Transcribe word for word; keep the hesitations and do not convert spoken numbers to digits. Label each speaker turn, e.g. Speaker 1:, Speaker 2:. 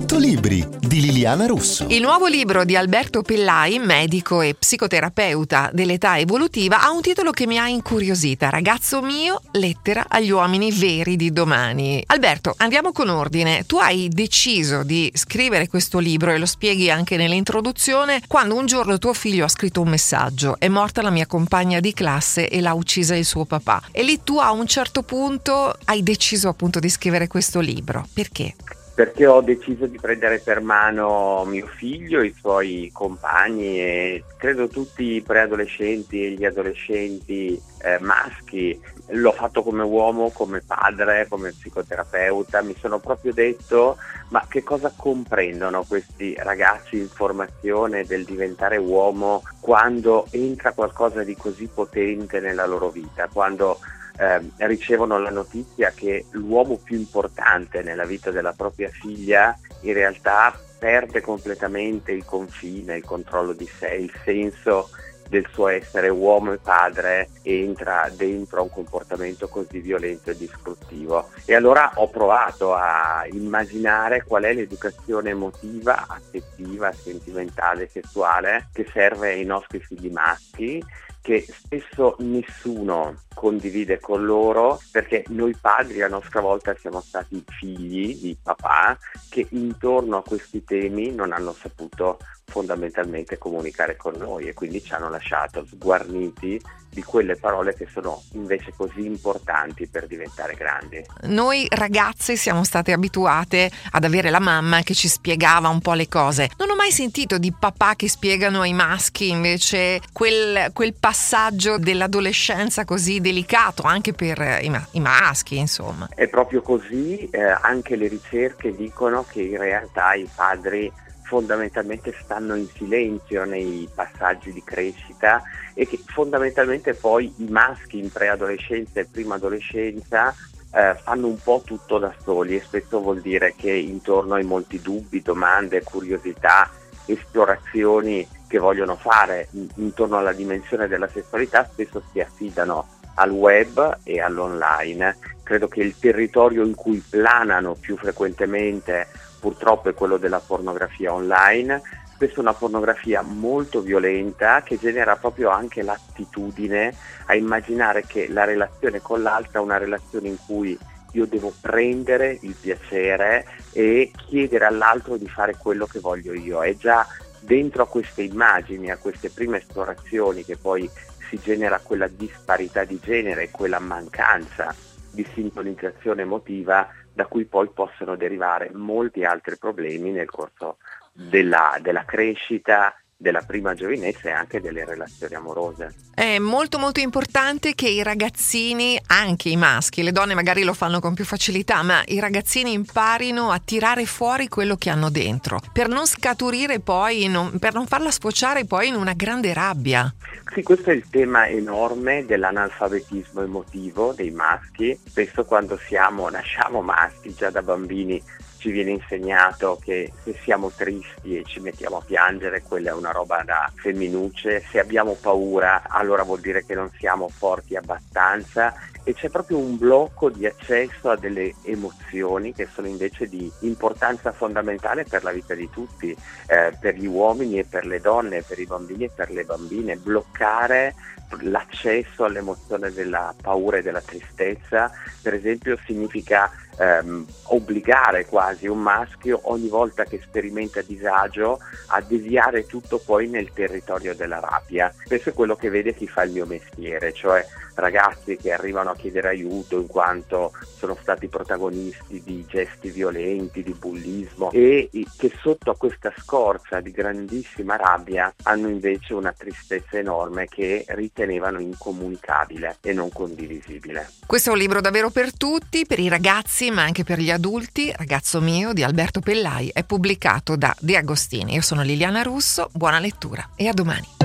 Speaker 1: cento libri di Liliana Russo.
Speaker 2: Il nuovo libro di Alberto Pellai, medico e psicoterapeuta dell'età evolutiva, ha un titolo che mi ha incuriosita: Ragazzo mio, lettera agli uomini veri di domani. Alberto, andiamo con ordine. Tu hai deciso di scrivere questo libro, e lo spieghi anche nell'introduzione, quando un giorno tuo figlio ha scritto un messaggio: è morta la mia compagna di classe e l'ha uccisa il suo papà. E lì tu a un certo punto hai deciso appunto di scrivere questo libro. Perché?
Speaker 3: Perché ho deciso di prendere per mano mio figlio, i suoi compagni e credo tutti i preadolescenti e gli adolescenti eh, maschi. L'ho fatto come uomo, come padre, come psicoterapeuta. Mi sono proprio detto: ma che cosa comprendono questi ragazzi in formazione del diventare uomo quando entra qualcosa di così potente nella loro vita, quando Eh, ricevono la notizia che l'uomo più importante nella vita della propria figlia in realtà perde completamente il confine, il controllo di sé, il senso del suo essere uomo e padre, e entra dentro a un comportamento così violento e distruttivo. E allora ho provato a immaginare qual è l'educazione emotiva, affettiva, sentimentale, sessuale che serve ai nostri figli maschi, che spesso nessuno condivide con loro, perché noi padri a nostra volta siamo stati figli di papà che intorno a questi temi non hanno saputo fondamentalmente comunicare con noi, e quindi ci hanno lasciato sguarniti di quelle parole che sono invece così importanti per diventare grandi.
Speaker 2: Noi ragazze siamo state abituate ad avere la mamma che ci spiegava un po' le cose. Non ho mai sentito di papà che spiegano ai maschi invece quel, quel passaggio dell'adolescenza così delicato anche per i, ma- i maschi, insomma.
Speaker 3: È proprio così, eh, anche le ricerche dicono che in realtà i padri fondamentalmente stanno in silenzio nei passaggi di crescita, e che fondamentalmente poi i maschi in preadolescenza e prima adolescenza eh, fanno un po' tutto da soli, e spesso vuol dire che intorno ai molti dubbi, domande, curiosità, esplorazioni che vogliono fare intorno alla dimensione della sessualità, spesso si affidano al web e all'online. Credo che il territorio in cui planano più frequentemente purtroppo è quello della pornografia online. Questa è una pornografia molto violenta che genera proprio anche l'attitudine a immaginare che la relazione con l'altra è una relazione in cui io devo prendere il piacere e chiedere all'altro di fare quello che voglio io. È già dentro a queste immagini, a queste prime esplorazioni, che poi si genera quella disparità di genere e quella mancanza di sintonizzazione emotiva, da cui poi possono derivare molti altri problemi nel corso della, della crescita, della prima giovinezza e anche delle relazioni amorose.
Speaker 2: È molto molto importante che i ragazzini, anche i maschi, le donne magari lo fanno con più facilità, ma i ragazzini imparino a tirare fuori quello che hanno dentro, per non scaturire poi, non, per non farla sfociare poi in una grande rabbia.
Speaker 3: Sì, questo è il tema enorme dell'analfabetismo emotivo dei maschi. Spesso quando siamo, nasciamo maschi, già da bambini ci viene insegnato che se siamo tristi e ci mettiamo a piangere, quella è una roba da femminucce. Se abbiamo paura, allora vuol dire che non siamo forti abbastanza, e c'è proprio un blocco di accesso a delle emozioni che sono invece di importanza fondamentale per la vita di tutti, eh, per gli uomini e per le donne, per i bambini e per le bambine. Bloccare l'accesso all'emozione della paura e della tristezza, per esempio, significa ehm, obbligare quasi un maschio, ogni volta che sperimenta disagio, a deviare tutto poi nel territorio della rabbia. Questo è quello che vede chi fa il mio mestiere, cioè ragazzi che arrivano a chiedere aiuto in quanto sono stati protagonisti di gesti violenti, di bullismo, e che sotto a questa scorza di grandissima rabbia hanno invece una tristezza enorme che ritenevano incomunicabile e non condivisibile.
Speaker 2: Questo è un libro davvero per tutti, per i ragazzi ma anche per gli adulti. Ragazzo mio di Alberto Pellai è pubblicato da De Agostini. Io sono Liliana Russo, buona lettura e a domani.